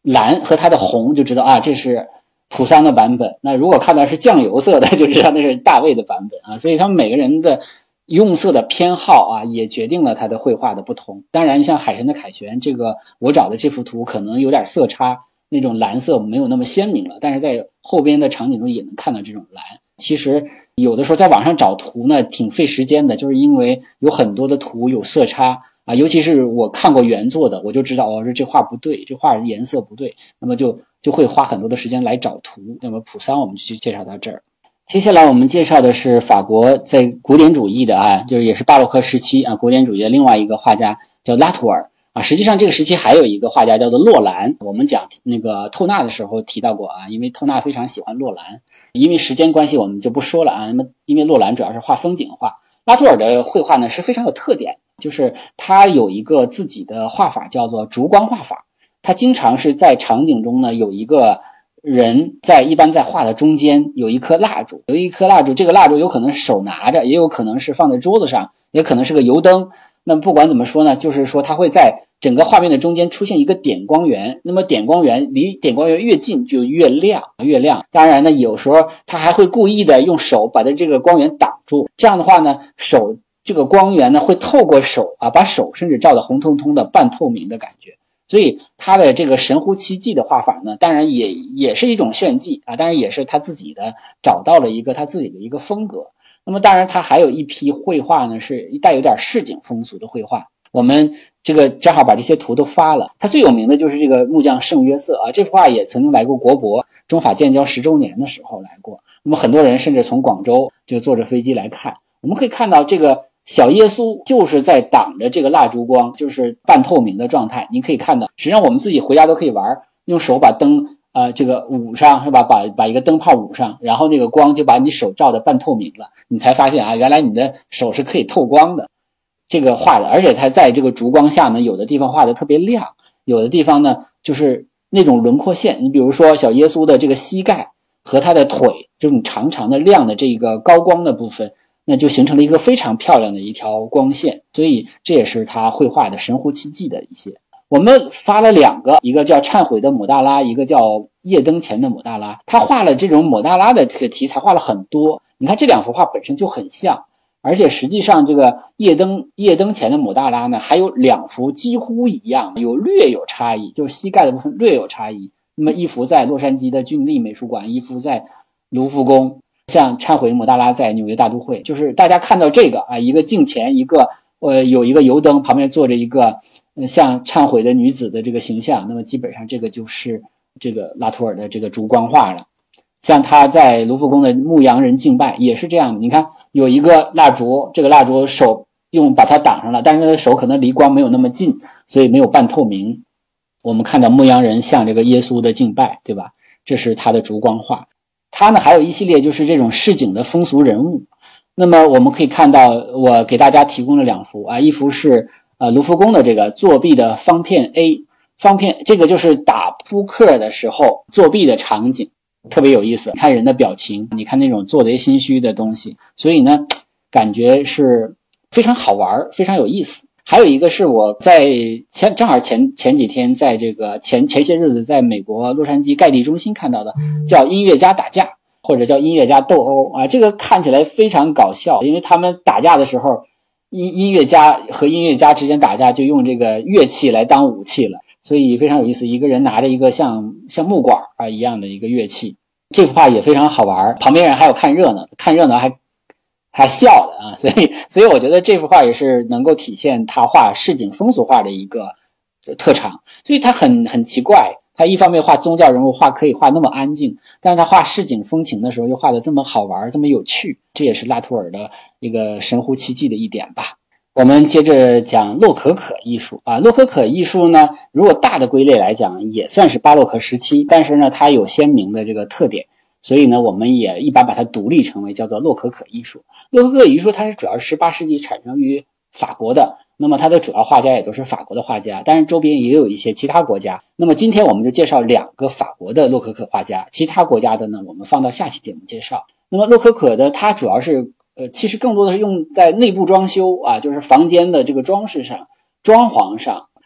Speaker 1: 蓝和它的红就知道啊，这是普桑的版本。那如果看到是酱油色的，就知道那是大卫的版本啊。所以他们每个人的用色的偏好啊，也决定了他的绘画的不同。当然，像海神的凯旋，这个我找的这幅图可能有点色差，那种蓝色没有那么鲜明了，但是在后边的场景中也能看到这种蓝。其实有的时候在网上找图呢，挺费时间的，就是因为有很多的图有色差啊，尤其是我看过原作的，我就知道说这画不对，这画颜色不对，那么就会花很多的时间来找图。那么普桑我们就去介绍到这儿。接下来我们介绍的是法国在古典主义的就是也是巴洛克时期古典主义的另外一个画家叫拉图尔实际上这个时期还有一个画家叫做洛兰，我们讲那个透纳的时候提到过因为透纳非常喜欢洛兰，因为时间关系我们就不说了那么因为洛兰主要是画风景画，拉图尔的绘画呢是非常有特点，就是他有一个自己的画法叫做烛光画法，他经常是在场景中呢有一个人一般在画的中间有一颗蜡烛，这个蜡烛有可能是手拿着，也有可能是放在桌子上，也可能是个油灯。那么不管怎么说呢，就是说它会在整个画面的中间出现一个点光源，那么点光源离点光源越近就越亮。当然呢，有时候他还会故意的用手把这个光源挡住，这样的话呢，这个光源呢会透过手把手甚至照得红彤彤的半透明的感觉。所以他的这个神乎其技的画法呢，当然也是一种炫技当然也是他自己的找到了一个他自己的一个风格。那么当然他还有一批绘画呢是带有点市井风俗的绘画，我们这个正好把这些图都发了。他最有名的就是这个木匠圣约瑟这幅画也曾经来过国博，中法建交10周年的时候来过，那么很多人甚至从广州就坐着飞机来看。我们可以看到这个小耶稣就是在挡着这个蜡烛光，就是半透明的状态。你可以看到实际上我们自己回家都可以玩，用手把灯这个捂上是吧，把一个灯泡捂上，然后那个光就把你手照得半透明了，你才发现原来你的手是可以透光的。这个画的，而且它在这个烛光下呢，有的地方画的特别亮，有的地方呢就是那种轮廓线，你比如说小耶稣的这个膝盖和他的腿这种长长的亮的这个高光的部分，那就形成了一个非常漂亮的一条光线，所以这也是他绘画的神乎其技的一些。我们发了2个，一个叫忏悔的抹大拉，一个叫夜灯前的抹大拉。他画了这种抹大拉的这个题材画了很多，你看这2幅画本身就很像，而且实际上这个夜灯前的抹大拉呢还有2幅几乎一样，略有差异，就是膝盖的部分略有差异。那么一幅在洛杉矶的郡立美术馆，一幅在卢浮宫，像忏悔抹大拉在纽约大都会。就是大家看到这个一个镜前，一个有一个油灯，旁边坐着一个像忏悔的女子的这个形象，那么基本上这个就是这个拉图尔的这个烛光画了。像他在卢浮宫的牧羊人敬拜也是这样的，你看有一个蜡烛，这个蜡烛手把它挡上了，但是他的手可能离光没有那么近，所以没有半透明。我们看到牧羊人向这个耶稣的敬拜，对吧？这是他的烛光画。他呢还有一系列就是这种市井的风俗人物。那么我们可以看到，我给大家提供了2幅一幅是卢浮宫的这个作弊的方片 A， 方片这个就是打扑克的时候作弊的场景，特别有意思，看人的表情，你看那种做贼心虚的东西，所以呢感觉是非常好玩，非常有意思。还有一个是我在正好前几天在这个前些日子在美国洛杉矶盖蒂中心看到的，叫音乐家打架或者叫音乐家斗殴这个看起来非常搞笑，因为他们打架的时候音乐家和音乐家之间打架就用这个乐器来当武器了，所以非常有意思，一个人拿着一个像木管一样的一个乐器。这幅画也非常好玩，旁边人还有看热闹还笑的所以我觉得这幅画也是能够体现他画市井风俗画的一个特长。所以他很奇怪，他一方面画宗教人物可以画那么安静，但是他画市井风情的时候又画得这么好玩，这么有趣，这也是拉图尔的一个神乎其技的一点吧。我们接着讲洛可可艺术洛可可艺术呢，如果大的归类来讲也算是巴洛克时期，但是呢它有鲜明的这个特点，所以呢我们也一般把它独立成为叫做洛可可艺术。洛可可艺术它是主要是18世纪产生于法国的，那么它的主要画家也都是法国的画家，但是周边也有一些其他国家。那么今天我们就介绍2个法国的洛可可画家，其他国家的呢我们放到下期节目介绍。那么洛可可的它主要是其实更多的是用在内部装修就是房间的这个装饰上、装潢上，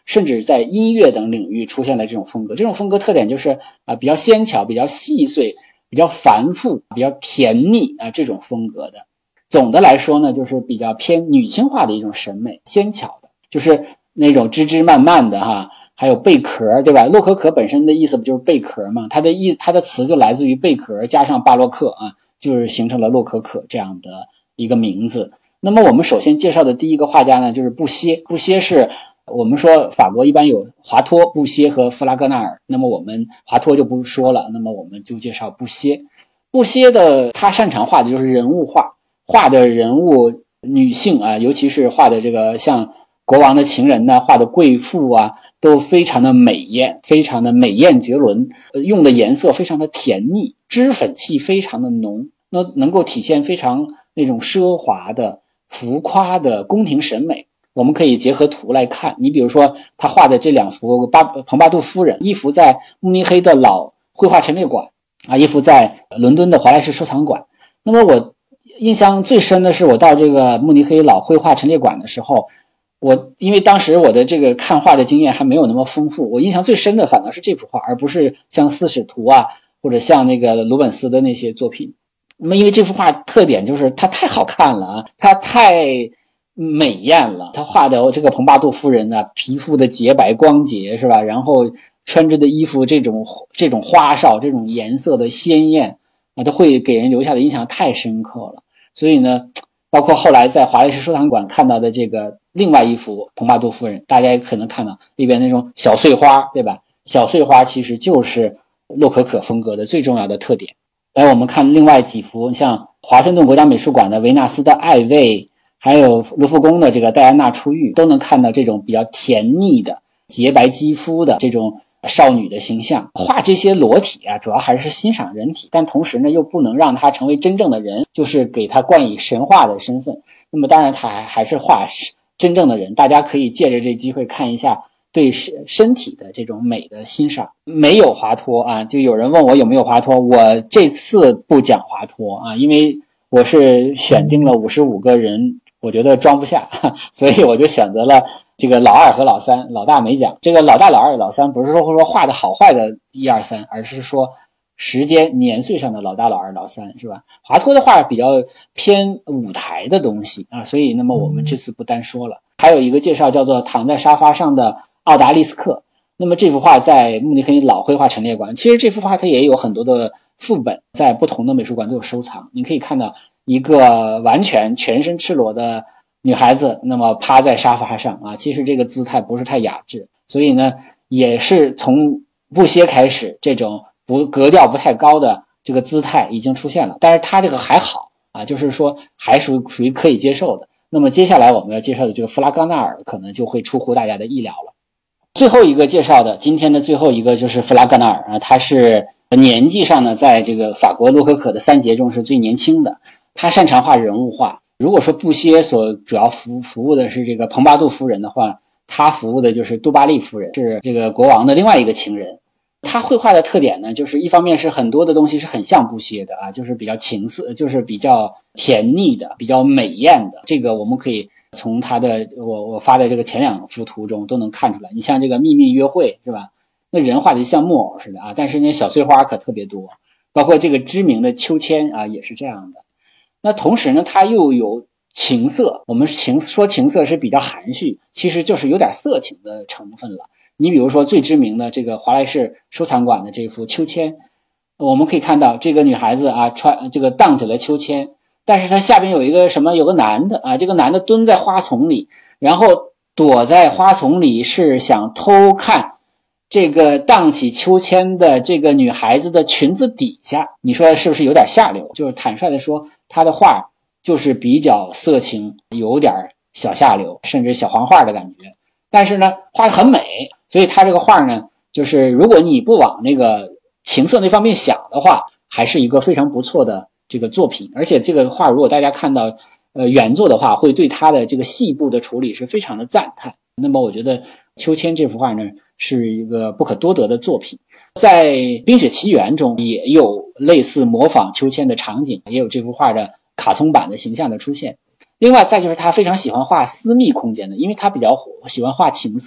Speaker 1: 甚至在音乐等领域出现了这种风格。这种风格特点就是比较纤巧、比较细碎、比较繁复、比较甜腻这种风格的。总的来说呢，就是比较偏女性化的一种审美，纤巧的，就是那种枝枝蔓蔓的还有贝壳，对吧？洛可可本身的意思不就是贝壳吗？它的词就来自于贝壳加上巴洛克就是形成了洛可可这样的一个名字。那么我们首先介绍的第一个画家呢，就是布歇。布歇是我们说法国一般有华托、布歇和弗拉戈纳尔，那么我们华托就不说了，那么我们就介绍布歇。布歇他擅长画的就是人物画，画的人物女性尤其是画的这个像国王的情人呢，画的贵妇都非常的美艳，非常的美艳绝伦，用的颜色非常的甜腻，脂粉气非常的浓，那能够体现非常那种奢华的浮夸的宫廷审美。我们可以结合图来看，你比如说他画的这两幅蓬巴杜夫人，一幅在慕尼黑的老绘画陈列馆一幅在伦敦的华莱士收藏馆。那么我印象最深的是我到这个慕尼黑老绘画陈列馆的时候，因为当时我的这个看画的经验还没有那么丰富，我印象最深的反倒是这幅画，而不是像四使图或者像那个鲁本斯的那些作品。那么因为这幅画特点就是它太好看了它太美艳了，他画的这个蓬巴杜夫人皮肤的洁白光洁，是吧？然后穿着的衣服这种花哨，这种颜色的鲜艳都会给人留下的印象太深刻了。所以呢，包括后来在华莱士收藏馆看到的这个另外一幅蓬巴杜夫人，大家也可能看到里边那种小碎花，对吧？小碎花其实就是洛可可风格的最重要的特点。来，我们看另外几幅，像华盛顿国家美术馆的维纳斯的爱卫，还有卢浮宫的这个戴安娜出浴，都能看到这种比较甜腻的洁白肌肤的这种少女的形象。画这些裸体主要还是欣赏人体，但同时呢又不能让她成为真正的人，就是给她冠以神话的身份。那么当然她还是画真正的人，大家可以借着这机会看一下对身体的这种美的欣赏。没有华托就有人问我有没有华托，我这次不讲华托因为我是选定了55个人，我觉得装不下，所以我就选择了这个老二和老三，老大没讲。这个老大、老二、老三不是说画的好坏的1、2、3，而是说时间年岁上的老大、老二、老三，是吧？华托的画比较偏舞台的东西所以那么我们这次不单说了。还有一个介绍叫做躺在沙发上的奥达利斯克，那么这幅画在慕尼黑老绘画陈列馆，其实这幅画它也有很多的副本，在不同的美术馆都有收藏。你可以看到一个完全全身赤裸的女孩子，那么趴在沙发上其实这个姿态不是太雅致，所以呢也是从布歇开始，这种格调不太高的这个姿态已经出现了，但是它这个还好就是说还属于可以接受的。那么接下来我们要介绍的这个弗拉戈纳尔可能就会出乎大家的意料了。最后一个介绍的，今天的最后一个就是弗拉戈纳尔他是年纪上呢在这个法国洛可可的3杰中是最年轻的，他擅长画人物画。如果说布歇所主要服务的是这个蓬巴杜夫人的话，他服务的就是杜巴利夫人，是这个国王的另外一个情人。他绘画的特点呢，就是一方面是很多的东西是很像布歇的就是比较情色，就是比较甜腻的，比较美艳的。这个我们可以从他的我发的这个前2幅图中都能看出来。你像这个秘密约会，是吧？那人画的像木偶似的但是那小碎花可特别多，包括这个知名的秋千也是这样的。那同时呢，它又有情色，我们说情色是比较含蓄，其实就是有点色情的成分了。你比如说最知名的这个华莱士收藏馆的这幅秋千，我们可以看到这个女孩子穿这个荡起了秋千，但是她下边有个男的这个男的蹲在花丛里，然后躲在花丛里是想偷看这个荡起秋千的这个女孩子的裙子底下。你说是不是有点下流？就是坦率的说，她的画就是比较色情，有点小下流，甚至小黄画的感觉，但是呢画得很美。所以他这个画呢，就是如果你不往那个情色那方面想的话，还是一个非常不错的这个作品。而且这个画如果大家看到原作的话，会对他的这个细部的处理是非常的赞叹。那么我觉得秋千这幅画呢是一个不可多得的作品。在冰雪奇缘中也有类似模仿秋千的场景，也有这幅画的卡通版的形象的出现。另外再就是他非常喜欢画私密空间的，因为他比较喜欢画情色嘛，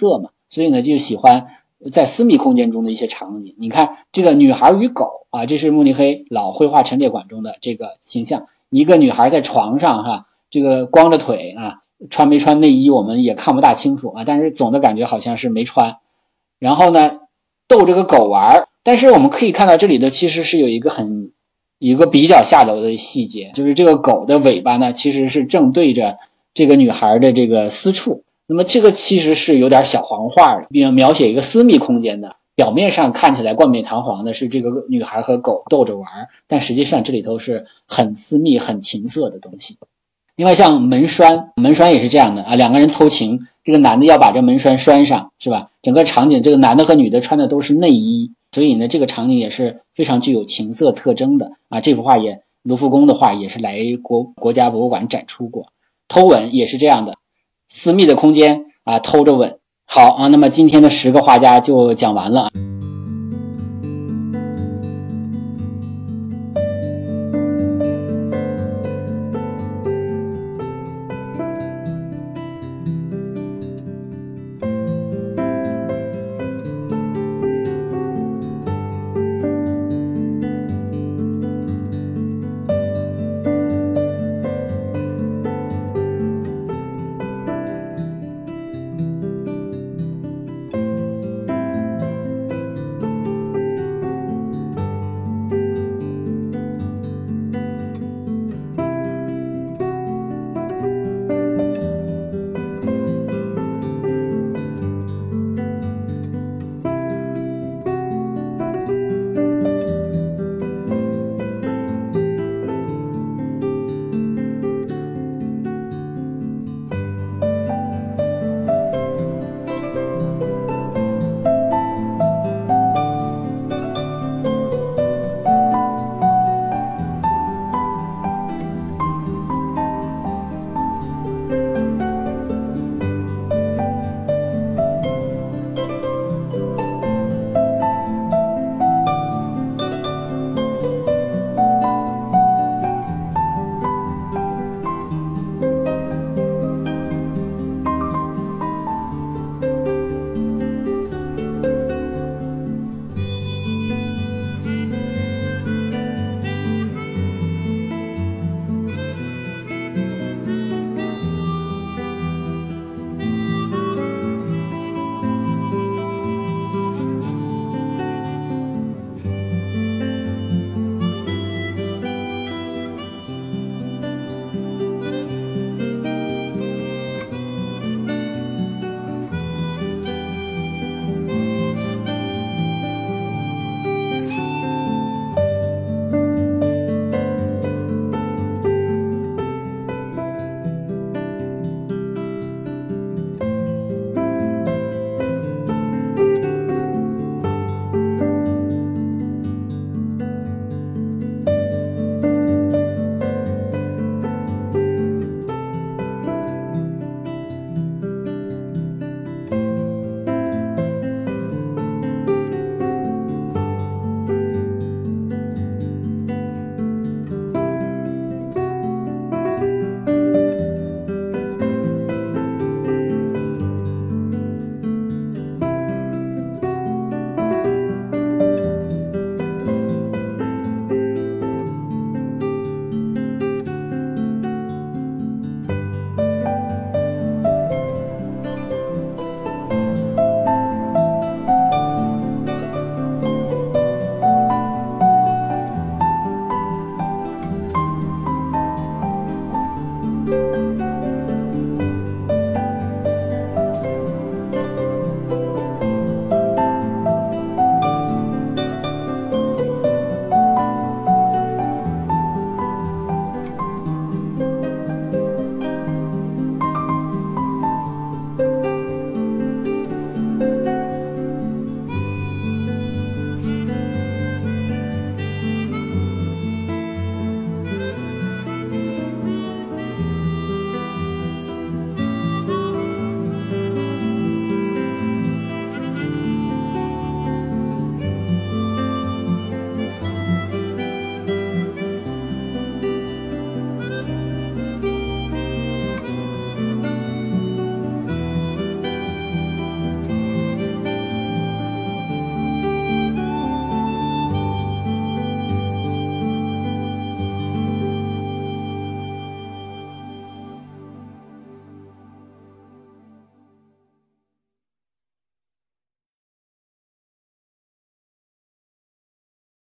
Speaker 1: 所以呢就喜欢在私密空间中的一些场景。你看这个女孩与狗啊，这是慕尼黑老绘画陈列馆中的这个形象，一个女孩在床上哈，这个光着腿啊，穿没穿内衣我们也看不大清楚啊，但是总的感觉好像是没穿。然后呢逗这个狗玩，但是我们可以看到这里的其实是有一个比较下流的细节，就是这个狗的尾巴呢其实是正对着这个女孩的这个私处。那么这个其实是有点小黄画的，并描写一个私密空间的，表面上看起来冠冕堂皇的是这个女孩和狗逗着玩，但实际上这里头是很私密很情色的东西。另外像门栓也是这样的啊，两个人偷情，这个男的要把这门栓拴上，是吧？整个场景这个男的和女的穿的都是内衣，所以呢这个场景也是非常具有情色特征的啊。这幅画也卢浮宫的画也是来国家博物馆展出过。偷吻也是这样的，私密的空间啊，偷着吻。好啊，那么今天的10个画家就讲完了。